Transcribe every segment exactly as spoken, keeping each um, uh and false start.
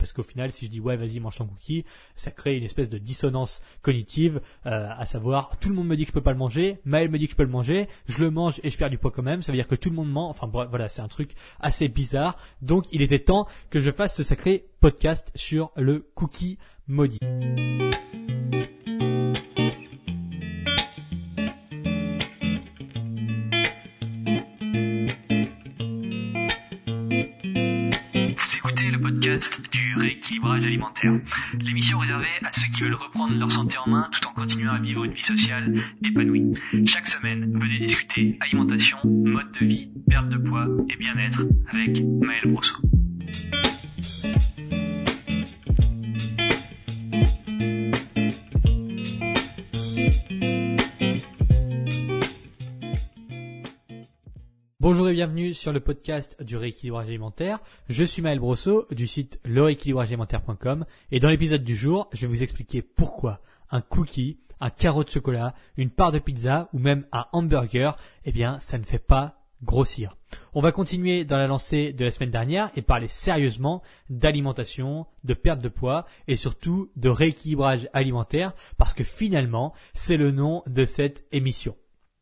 parce qu'au final, si je dis ouais, vas-y, mange ton cookie, ça crée une espèce de dissonance cognitive, euh, à savoir, tout le monde me dit que je peux pas le manger, Maël me dit que je peux le manger, je le mange et je perds du poids quand même. Ça veut dire que tout le monde ment. Enfin bref, voilà, c'est un truc assez bizarre. Donc, il était temps que je fasse ce sacré podcast sur le cookie maudit. Podcast du rééquilibrage alimentaire. L'émission réservée à ceux qui veulent reprendre leur santé en main tout en continuant à vivre une vie sociale épanouie. Chaque semaine, venez discuter alimentation, mode de vie, perte de poids et bien-être avec Maël Brosseau. Bonjour et bienvenue sur le podcast du rééquilibrage alimentaire. Je suis Maël Brosseau du site le rééquilibrage alimentaire point com et dans l'épisode du jour, je vais vous expliquer pourquoi un cookie, un carreau de chocolat, une part de pizza ou même un hamburger, eh bien, ça ne fait pas grossir. On va continuer dans la lancée de la semaine dernière et parler sérieusement d'alimentation, de perte de poids et surtout de rééquilibrage alimentaire parce que finalement, c'est le nom de cette émission.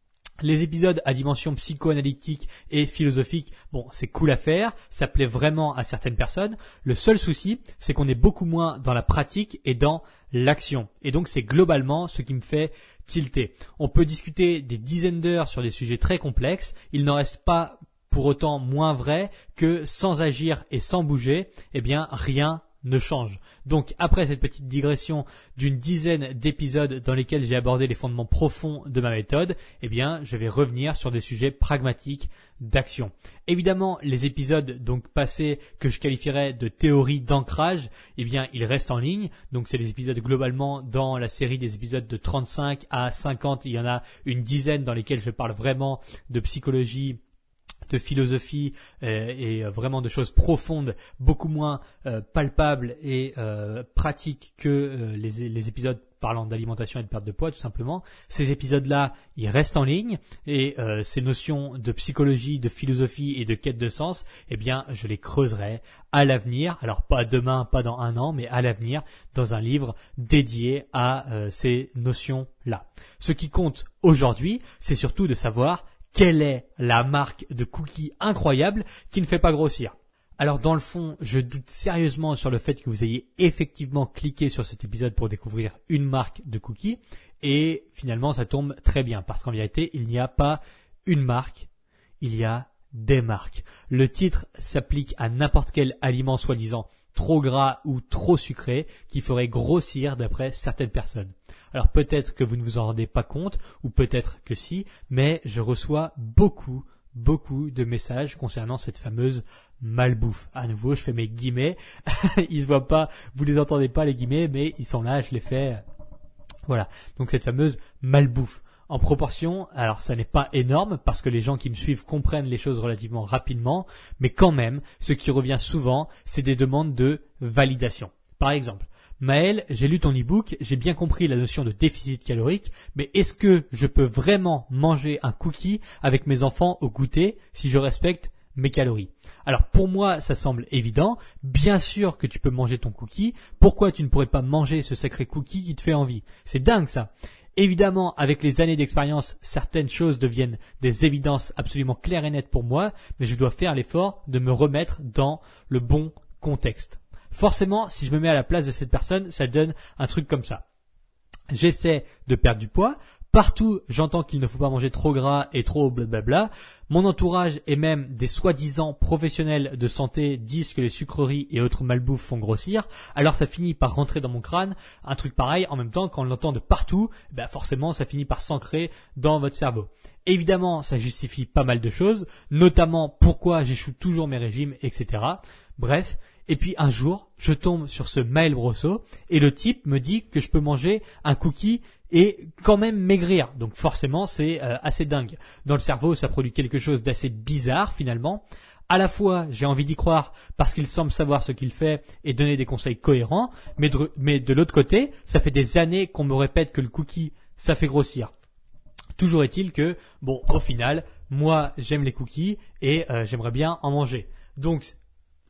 Les épisodes à dimension psychoanalytique et philosophique, bon, c'est cool à faire, ça plaît vraiment à certaines personnes. Le seul souci, c'est qu'on est beaucoup moins dans la pratique et dans l'action. Et donc, c'est globalement ce qui me fait tilter. On peut discuter des dizaines d'heures sur des sujets très complexes. Il n'en reste pas pour autant moins vrai que sans agir et sans bouger, eh bien, rien ne change. Donc après cette petite digression d'une dizaine d'épisodes dans lesquels j'ai abordé les fondements profonds de ma méthode, eh bien je vais revenir sur des sujets pragmatiques d'action. Évidemment, les épisodes donc passés que je qualifierais de théorie d'ancrage, eh bien ils restent en ligne. Donc c'est des épisodes globalement dans la série des épisodes de trente-cinq à cinquante, il y en a une dizaine dans lesquels je parle vraiment de psychologie, de philosophie euh, et vraiment de choses profondes, beaucoup moins euh, palpables et euh, pratiques que euh, les, les épisodes parlant d'alimentation et de perte de poids tout simplement. Ces épisodes-là, ils restent en ligne et euh, ces notions de psychologie, de philosophie et de quête de sens, eh bien je les creuserai à l'avenir, alors pas demain, pas dans un an, mais à l'avenir dans un livre dédié à euh, ces notions-là. Ce qui compte aujourd'hui, c'est surtout de savoir quelle est la marque de cookies incroyable qui ne fait pas grossir. Alors dans le fond, je doute sérieusement sur le fait que vous ayez effectivement cliqué sur cet épisode pour découvrir une marque de cookies et finalement ça tombe très bien parce qu'en vérité, il n'y a pas une marque, il y a des marques. Le titre s'applique à n'importe quel aliment soi-disant trop gras ou trop sucré qui ferait grossir d'après certaines personnes. Alors peut-être que vous ne vous en rendez pas compte ou peut-être que si, mais je reçois beaucoup, beaucoup de messages concernant cette fameuse malbouffe. À nouveau, je fais mes guillemets. Ils se voient pas, vous les entendez pas les guillemets, mais ils sont là, je les fais. Voilà. Donc cette fameuse malbouffe. En proportion, alors ça n'est pas énorme parce que les gens qui me suivent comprennent les choses relativement rapidement, mais quand même, ce qui revient souvent, c'est des demandes de validation. Par exemple, Maël, j'ai lu ton e-book, j'ai bien compris la notion de déficit calorique, mais est-ce que je peux vraiment manger un cookie avec mes enfants au goûter si je respecte mes calories? Alors pour moi, ça semble évident. Bien sûr que tu peux manger ton cookie. Pourquoi tu ne pourrais pas manger ce sacré cookie qui te fait envie? C'est dingue ça. Évidemment, avec les années d'expérience, certaines choses deviennent des évidences absolument claires et nettes pour moi, mais je dois faire l'effort de me remettre dans le bon contexte. Forcément, si je me mets à la place de cette personne, ça donne un truc comme ça. J'essaie de perdre du poids. Partout, j'entends qu'il ne faut pas manger trop gras et trop blablabla. Mon entourage et même des soi-disant professionnels de santé disent que les sucreries et autres malbouffes font grossir. Alors ça finit par rentrer dans mon crâne. Un truc pareil, en même temps, quand on l'entend de partout, ben forcément, ça finit par s'ancrer dans votre cerveau. Évidemment, ça justifie pas mal de choses, notamment pourquoi j'échoue toujours mes régimes, et cetera. Bref. Et puis un jour, je tombe sur ce Maël Brosseau et le type me dit que je peux manger un cookie et quand même maigrir. Donc forcément, c'est euh, assez dingue. Dans le cerveau, ça produit quelque chose d'assez bizarre finalement. À la fois, j'ai envie d'y croire parce qu'il semble savoir ce qu'il fait et donner des conseils cohérents, mais de, mais de l'autre côté, ça fait des années qu'on me répète que le cookie, ça fait grossir. Toujours est-il que, bon, au final, moi, j'aime les cookies et euh, j'aimerais bien en manger. Donc,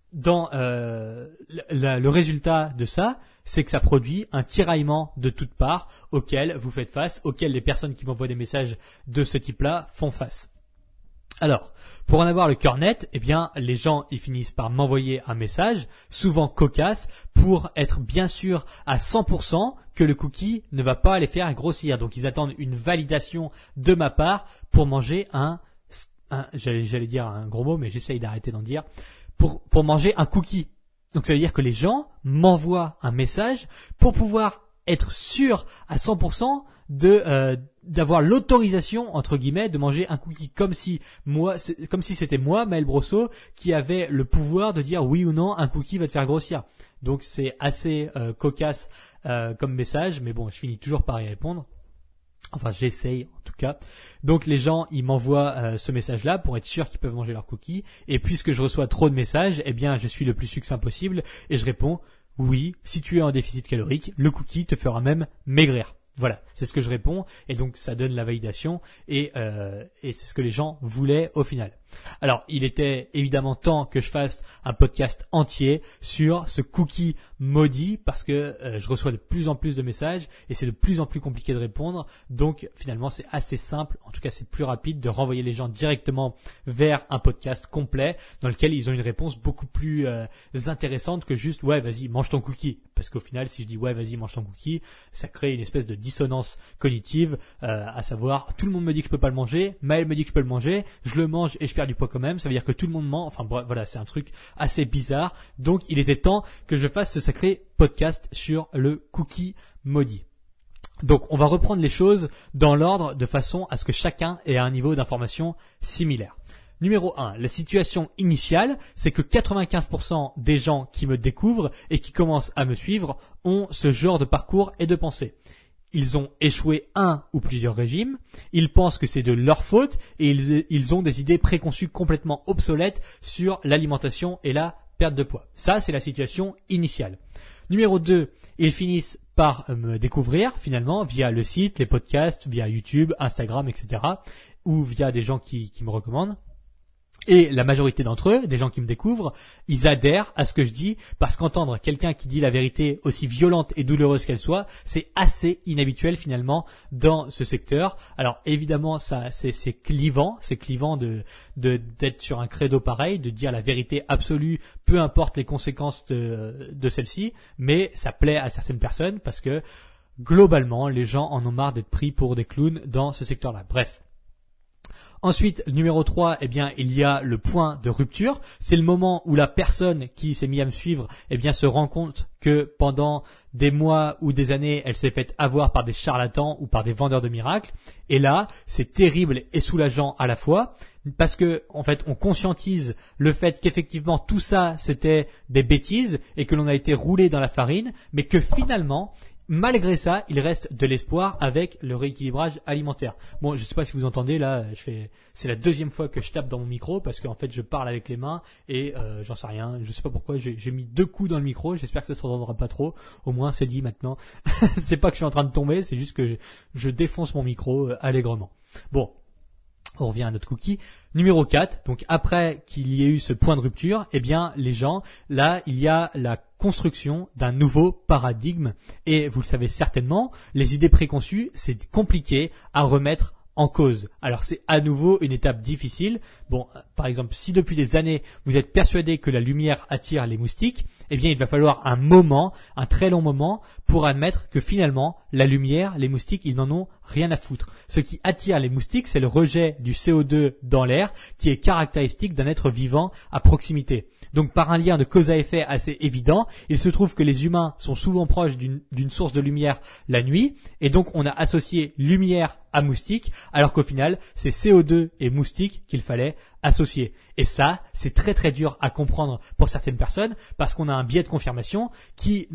dans euh, le, le résultat de ça, c'est que ça produit un tiraillement de toutes parts auquel vous faites face, auquel les personnes qui m'envoient des messages de ce type-là font face. Alors, pour en avoir le cœur net, eh bien, les gens, ils finissent par m'envoyer un message, souvent cocasse, pour être bien sûr à cent pour cent que le cookie ne va pas les faire grossir. Donc, ils attendent une validation de ma part pour manger un, un j'allais, j'allais dire un gros mot, mais j'essaye d'arrêter d'en dire, pour, pour manger un cookie. Donc, ça veut dire que les gens m'envoient un message pour pouvoir être sûr à cent pour cent de euh, d'avoir l'autorisation entre guillemets de manger un cookie, comme si moi comme si c'était moi, Maël Brosseau, qui avait le pouvoir de dire oui ou non un cookie va te faire grossir. Donc c'est assez euh, cocasse euh, comme message, mais bon, je finis toujours par y répondre. Enfin, j'essaye en tout cas. Donc les gens, ils m'envoient euh, ce message-là pour être sûr qu'ils peuvent manger leur cookie. Et puisque je reçois trop de messages, eh bien, je suis le plus succinct possible et je réponds oui, si tu es en déficit calorique, le cookie te fera même maigrir. Voilà, c'est ce que je réponds et donc ça donne la validation et, euh, et c'est ce que les gens voulaient au final. Alors, il était évidemment temps que je fasse un podcast entier sur ce cookie maudit parce que euh, je reçois de plus en plus de messages et c'est de plus en plus compliqué de répondre. Donc, finalement, c'est assez simple. En tout cas, c'est plus rapide de renvoyer les gens directement vers un podcast complet dans lequel ils ont une réponse beaucoup plus euh, intéressante que juste « ouais, vas-y, mange ton cookie ». Parce qu'au final, si je dis « ouais, vas-y, mange ton cookie », ça crée une espèce de dissonance cognitive, euh, à savoir tout le monde me dit que je peux pas le manger, Maël me dit que je peux le manger, je le mange et je perds du poids quand même, ça veut dire que tout le monde ment, enfin bref, voilà, c'est un truc assez bizarre. Donc il était temps que je fasse ce sacré podcast sur le cookie maudit. Donc on va reprendre les choses dans l'ordre de façon à ce que chacun ait un niveau d'information similaire. Numéro un, la situation initiale, c'est que quatre-vingt-quinze pour cent des gens qui me découvrent et qui commencent à me suivre ont ce genre de parcours et de pensée. Ils ont échoué un ou plusieurs régimes, ils pensent que c'est de leur faute et ils, ils ont des idées préconçues complètement obsolètes sur l'alimentation et la perte de poids. Ça, c'est la situation initiale. Numéro deux, ils finissent par me découvrir finalement via le site, les podcasts, via YouTube, Instagram, et cetera ou via des gens qui, qui me recommandent. Et la majorité d'entre eux, des gens qui me découvrent, ils adhèrent à ce que je dis parce qu'entendre quelqu'un qui dit la vérité aussi violente et douloureuse qu'elle soit, c'est assez inhabituel finalement dans ce secteur. Alors évidemment, ça, c'est, c'est clivant, c'est clivant de, de, d'être sur un credo pareil, de dire la vérité absolue, peu importe les conséquences de, de celle-ci, mais ça plaît à certaines personnes parce que globalement, les gens en ont marre d'être pris pour des clowns dans ce secteur-là. Bref. Ensuite, numéro trois, eh bien, il y a le point de rupture. C'est le moment où la personne qui s'est mise à me suivre, eh bien, se rend compte que pendant des mois ou des années, elle s'est faite avoir par des charlatans ou par des vendeurs de miracles. Et là, c'est terrible et soulageant à la fois parce que, en fait, on conscientise le fait qu'effectivement tout ça, c'était des bêtises et que l'on a été roulé dans la farine, mais que finalement, malgré ça, il reste de l'espoir avec le rééquilibrage alimentaire. Bon, je sais pas si vous entendez là, je fais, c'est la deuxième fois que je tape dans mon micro parce qu'en fait je parle avec les mains et euh, j'en sais rien. Je sais pas pourquoi j'ai, j'ai mis deux coups dans le micro. J'espère que ça s'entendra pas trop. Au moins c'est dit maintenant. C'est pas que je suis en train de tomber, c'est juste que je, je défonce mon micro euh, allègrement. Bon. On revient à notre cookie. Numéro quatre, donc après qu'il y ait eu ce point de rupture, eh bien les gens, là il y a la construction d'un nouveau paradigme et vous le savez certainement, les idées préconçues, c'est compliqué à remettre en cause. Alors c'est à nouveau une étape difficile. Bon, par exemple, si depuis des années vous êtes persuadé que la lumière attire les moustiques, eh bien il va falloir un moment, un très long moment, pour admettre que finalement la lumière, les moustiques, ils n'en ont rien à foutre. Ce qui attire les moustiques, c'est le rejet du C O deux dans l'air, qui est caractéristique d'un être vivant à proximité. Donc par un lien de cause à effet assez évident, il se trouve que les humains sont souvent proches d'une, d'une source de lumière la nuit, et donc on a associé lumière à moustique, alors qu'au final, c'est C O deux et moustique qu'il fallait associer. Et ça, c'est très très dur à comprendre pour certaines personnes, parce qu'on a un biais de confirmation qui nous pousse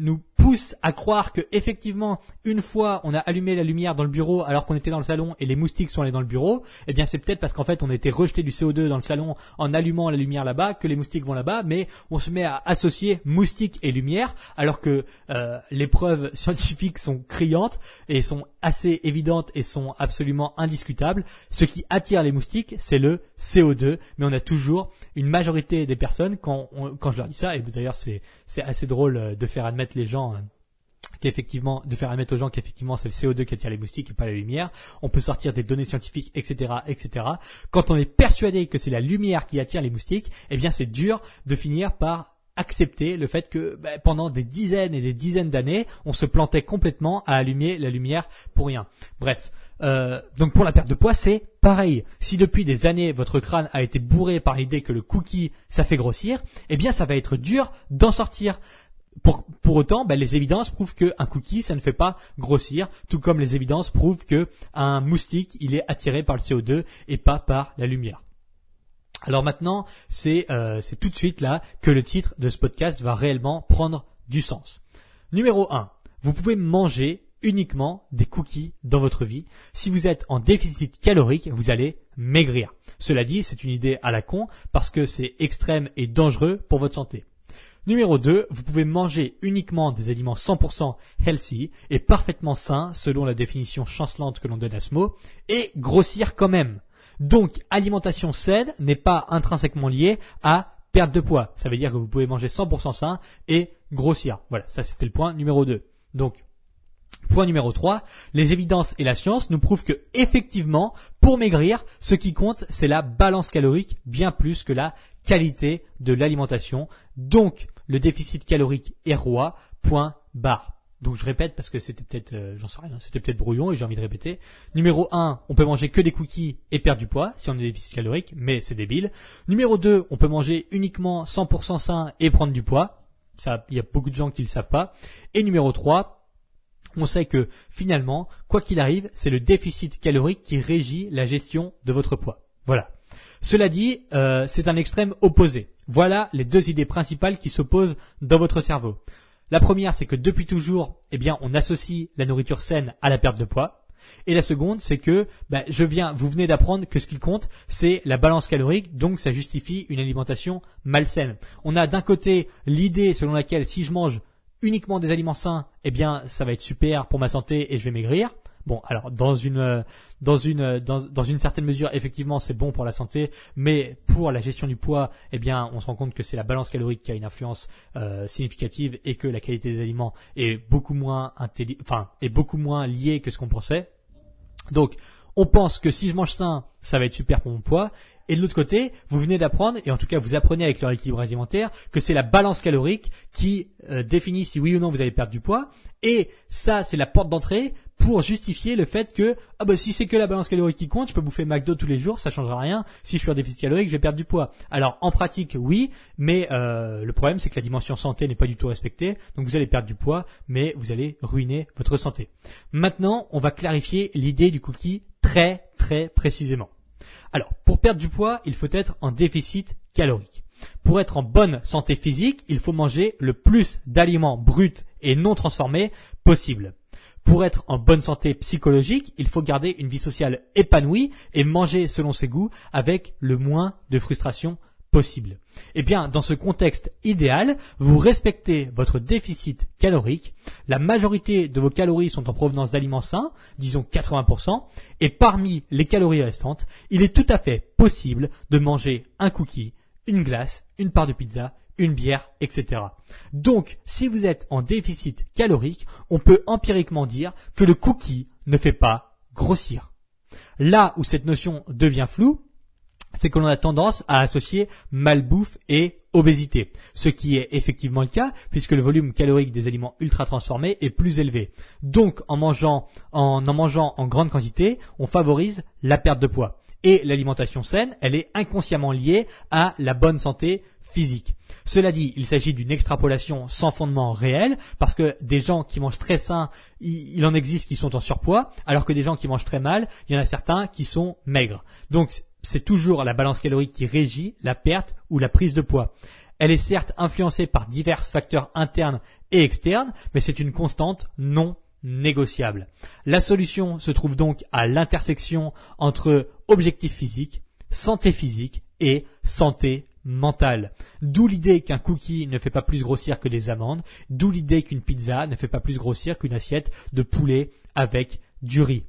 pousse à croire que effectivement, une fois on a allumé la lumière dans le bureau alors qu'on était dans le salon et les moustiques sont allés dans le bureau, eh bien c'est peut-être parce qu'en fait on a été rejeté du C O deux dans le salon en allumant la lumière là-bas que les moustiques vont là-bas, mais on se met à associer moustiques et lumière alors que euh, les preuves scientifiques sont criantes et sont assez évidentes et sont absolument indiscutables. Ce qui attire les moustiques, c'est le C O deux, mais on a toujours une majorité des personnes quand on, quand je leur dis ça, et d'ailleurs c'est c'est assez drôle de faire admettre les gens qu'effectivement, de faire admettre aux gens qu'effectivement c'est le C O deux qui attire les moustiques et pas la lumière. On peut sortir des données scientifiques, et cetera, et cetera. Quand on est persuadé que c'est la lumière qui attire les moustiques, eh bien c'est dur de finir par accepter le fait que bah, pendant des dizaines et des dizaines d'années, on se plantait complètement à allumer la lumière pour rien. Bref, euh, donc pour la perte de poids, c'est pareil. Si depuis des années votre crâne a été bourré par l'idée que le cookie ça fait grossir, eh bien ça va être dur d'en sortir. Pour, pour autant, bah, les évidences prouvent qu'un cookie ça ne fait pas grossir, tout comme les évidences prouvent que un moustique il est attiré par le C O deux et pas par la lumière. Alors maintenant, c'est euh, c'est tout de suite là que le titre de ce podcast va réellement prendre du sens. Numéro un, vous pouvez manger uniquement des cookies dans votre vie. Si vous êtes en déficit calorique, vous allez maigrir. Cela dit, c'est une idée à la con parce que c'est extrême et dangereux pour votre santé. Numéro deux, vous pouvez manger uniquement des aliments cent pour cent healthy et parfaitement sains selon la définition chancelante que l'on donne à ce mot et grossir quand même. Donc, alimentation saine n'est pas intrinsèquement liée à perte de poids. Ça veut dire que vous pouvez manger cent pour cent sain et grossir. Voilà, ça c'était le point numéro deux. Donc, point numéro trois, les évidences et la science nous prouvent que effectivement, pour maigrir, ce qui compte, c'est la balance calorique bien plus que la qualité de l'alimentation. Donc, le déficit calorique est roi, point barre. Donc je répète parce que c'était peut-être, euh, j'en sais rien, c'était peut-être brouillon et j'ai envie de répéter. Numéro un, on peut manger que des cookies et perdre du poids si on est déficit calorique, mais c'est débile. Numéro deux, on peut manger uniquement cent pour cent sain et prendre du poids. Ça, il y a beaucoup de gens qui le savent pas. Et numéro trois, on sait que finalement, quoi qu'il arrive, c'est le déficit calorique qui régit la gestion de votre poids. Voilà. Cela dit, euh, c'est un extrême opposé. Voilà les deux idées principales qui s'opposent dans votre cerveau. La première, c'est que depuis toujours, eh bien, on associe la nourriture saine à la perte de poids. Et la seconde, c'est que, bah, je viens, vous venez d'apprendre que ce qui compte, c'est la balance calorique, donc ça justifie une alimentation malsaine. On a d'un côté l'idée selon laquelle si je mange uniquement des aliments sains, eh bien, ça va être super pour ma santé et je vais maigrir. Bon, alors dans une dans une dans, dans une certaine mesure, effectivement, c'est bon pour la santé, mais pour la gestion du poids, eh bien, on se rend compte que c'est la balance calorique qui a une influence euh, significative et que la qualité des aliments est beaucoup moins intelli- enfin est beaucoup moins liée que ce qu'on pensait. Donc, on pense que si je mange sain, ça va être super pour mon poids. Et de l'autre côté, vous venez d'apprendre, et en tout cas vous apprenez avec leur équilibre alimentaire, que c'est la balance calorique qui euh, définit si oui ou non vous allez perdre du poids. Et ça, c'est la porte d'entrée pour justifier le fait que ah bah si c'est que la balance calorique qui compte, je peux bouffer McDo tous les jours, ça changera rien. Si je suis en déficit calorique, je vais perdre du poids. Alors en pratique, oui, mais euh, le problème c'est que la dimension santé n'est pas du tout respectée. Donc vous allez perdre du poids, mais vous allez ruiner votre santé. Maintenant, on va clarifier l'idée du cookie très très précisément. Alors, pour perdre du poids, il faut être en déficit calorique. Pour être en bonne santé physique, il faut manger le plus d'aliments bruts et non transformés possible. Pour être en bonne santé psychologique, il faut garder une vie sociale épanouie et manger selon ses goûts avec le moins de frustration possible. Eh bien, dans ce contexte idéal, vous respectez votre déficit calorique, la majorité de vos calories sont en provenance d'aliments sains, disons quatre-vingts pour cent, et parmi les calories restantes, il est tout à fait possible de manger un cookie, une glace, une part de pizza, une bière, et cetera. Donc, si vous êtes en déficit calorique, on peut empiriquement dire que le cookie ne fait pas grossir. Là où cette notion devient floue, c'est que l'on a tendance à associer malbouffe et obésité, ce qui est effectivement le cas puisque le volume calorique des aliments ultra transformés est plus élevé. Donc, en mangeant, en en mangeant en grande quantité, on favorise la perte de poids. Et l'alimentation saine, elle est inconsciemment liée à la bonne santé physique. Cela dit, il s'agit d'une extrapolation sans fondement réel parce que des gens qui mangent très sain, il en existe qui sont en surpoids, alors que des gens qui mangent très mal, il y en a certains qui sont maigres. Donc, c'est toujours la balance calorique qui régit la perte ou la prise de poids. Elle est certes influencée par divers facteurs internes et externes, mais c'est une constante non négociable. La solution se trouve donc à l'intersection entre objectifs physiques, santé physique et santé mentale. D'où l'idée qu'un cookie ne fait pas plus grossir que des amandes, d'où l'idée qu'une pizza ne fait pas plus grossir qu'une assiette de poulet avec du riz.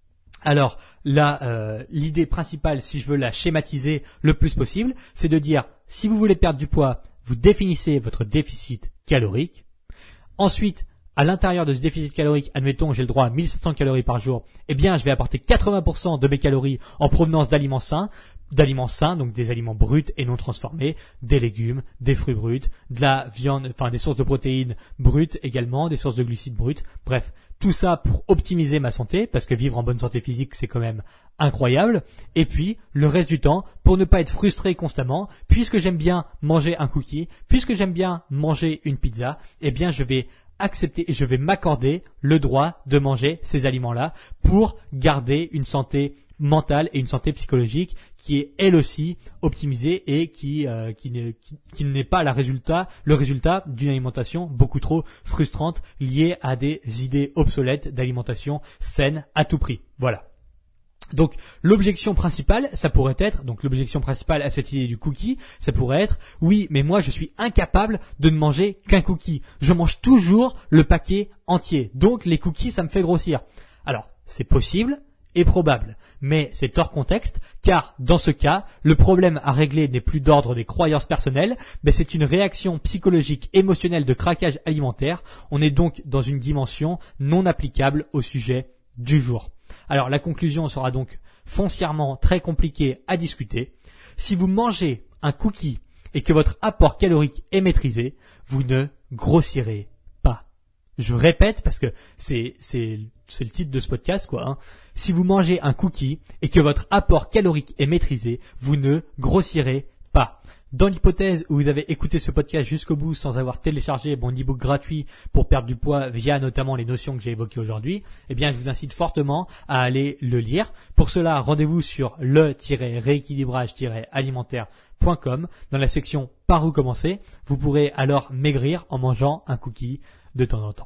Alors là, euh, l'idée principale, si je veux la schématiser le plus possible, c'est de dire, si vous voulez perdre du poids, vous définissez votre déficit calorique. Ensuite, à l'intérieur de ce déficit calorique, admettons, j'ai le droit à mille sept cents calories par jour, eh bien, je vais apporter quatre-vingts pour cent de mes calories en provenance d'aliments sains, d'aliments sains, donc des aliments bruts et non transformés, des légumes, des fruits bruts, de la viande, enfin des sources de protéines brutes également, des sources de glucides bruts, bref, tout ça pour optimiser ma santé, parce que vivre en bonne santé physique, c'est quand même incroyable, et puis le reste du temps, pour ne pas être frustré constamment, puisque j'aime bien manger un cookie, puisque j'aime bien manger une pizza, eh bien je vais accepter et je vais m'accorder le droit de manger ces aliments-là pour garder une santé mentale et une santé psychologique qui est elle aussi optimisée et qui euh, qui, ne, qui, qui n'est pas la résultat, le résultat d'une alimentation beaucoup trop frustrante liée à des idées obsolètes d'alimentation saine à tout prix. Voilà. Donc l'objection principale, ça pourrait être, donc l'objection principale à cette idée du cookie, ça pourrait être, oui, mais moi je suis incapable de ne manger qu'un cookie. Je mange toujours le paquet entier. Donc les cookies, ça me fait grossir. Alors, c'est possible et probable, mais c'est hors contexte, car dans ce cas, le problème à régler n'est plus d'ordre des croyances personnelles, mais c'est une réaction psychologique émotionnelle de craquage alimentaire. On est donc dans une dimension non applicable au sujet du jour. Alors la conclusion sera donc foncièrement très compliquée à discuter. Si vous mangez un cookie et que votre apport calorique est maîtrisé, vous ne grossirez pas. Je répète parce que c'est c'est c'est le titre de ce podcast quoi. Hein. Si vous mangez un cookie et que votre apport calorique est maîtrisé, vous ne grossirez pas. Dans l'hypothèse où vous avez écouté ce podcast jusqu'au bout sans avoir téléchargé mon e-book gratuit pour perdre du poids via notamment les notions que j'ai évoquées aujourd'hui, eh bien je vous incite fortement à aller le lire. Pour cela, rendez-vous sur le rééquilibrage alimentaire point com dans la section Par où commencer. Vous pourrez alors maigrir en mangeant un cookie de temps en temps.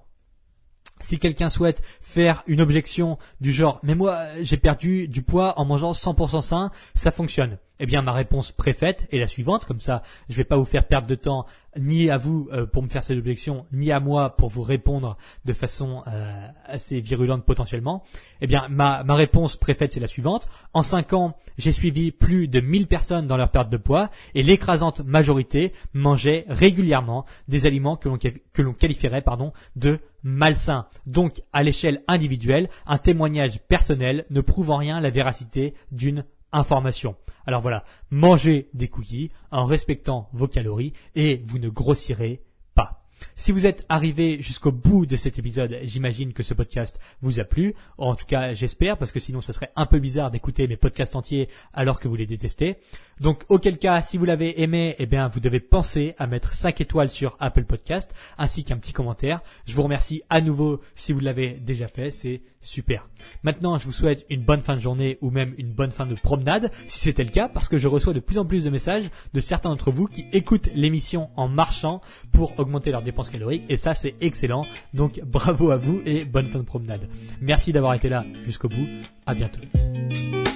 Si quelqu'un souhaite faire une objection du genre « mais moi j'ai perdu du poids en mangeant cent pour cent sain, ça fonctionne », eh bien ma réponse préfète est la suivante, comme ça je vais pas vous faire perdre de temps ni à vous euh, pour me faire cette objection, ni à moi pour vous répondre de façon euh, assez virulente potentiellement. Eh bien ma, ma réponse préfète c'est la suivante, en cinq ans j'ai suivi plus de mille personnes dans leur perte de poids et l'écrasante majorité mangeait régulièrement des aliments que l'on, que l'on qualifierait pardon, de malsains. Donc à l'échelle individuelle, un témoignage personnel ne prouve en rien la véracité d'une information. Alors voilà, mangez des cookies en respectant vos calories et vous ne grossirez pas. Si vous êtes arrivé jusqu'au bout de cet épisode, j'imagine que ce podcast vous a plu. En tout cas, j'espère, parce que sinon ça serait un peu bizarre d'écouter mes podcasts entiers alors que vous les détestez. Donc, auquel cas, si vous l'avez aimé, eh bien, vous devez penser à mettre cinq étoiles sur Apple Podcast, ainsi qu'un petit commentaire. Je vous remercie à nouveau si vous l'avez déjà fait, c'est super. Maintenant, je vous souhaite une bonne fin de journée ou même une bonne fin de promenade, si c'était le cas, parce que je reçois de plus en plus de messages de certains d'entre vous qui écoutent l'émission en marchant pour augmenter leurs dépenses caloriques, et ça, c'est excellent. Donc, bravo à vous et bonne fin de promenade. Merci d'avoir été là jusqu'au bout. À bientôt.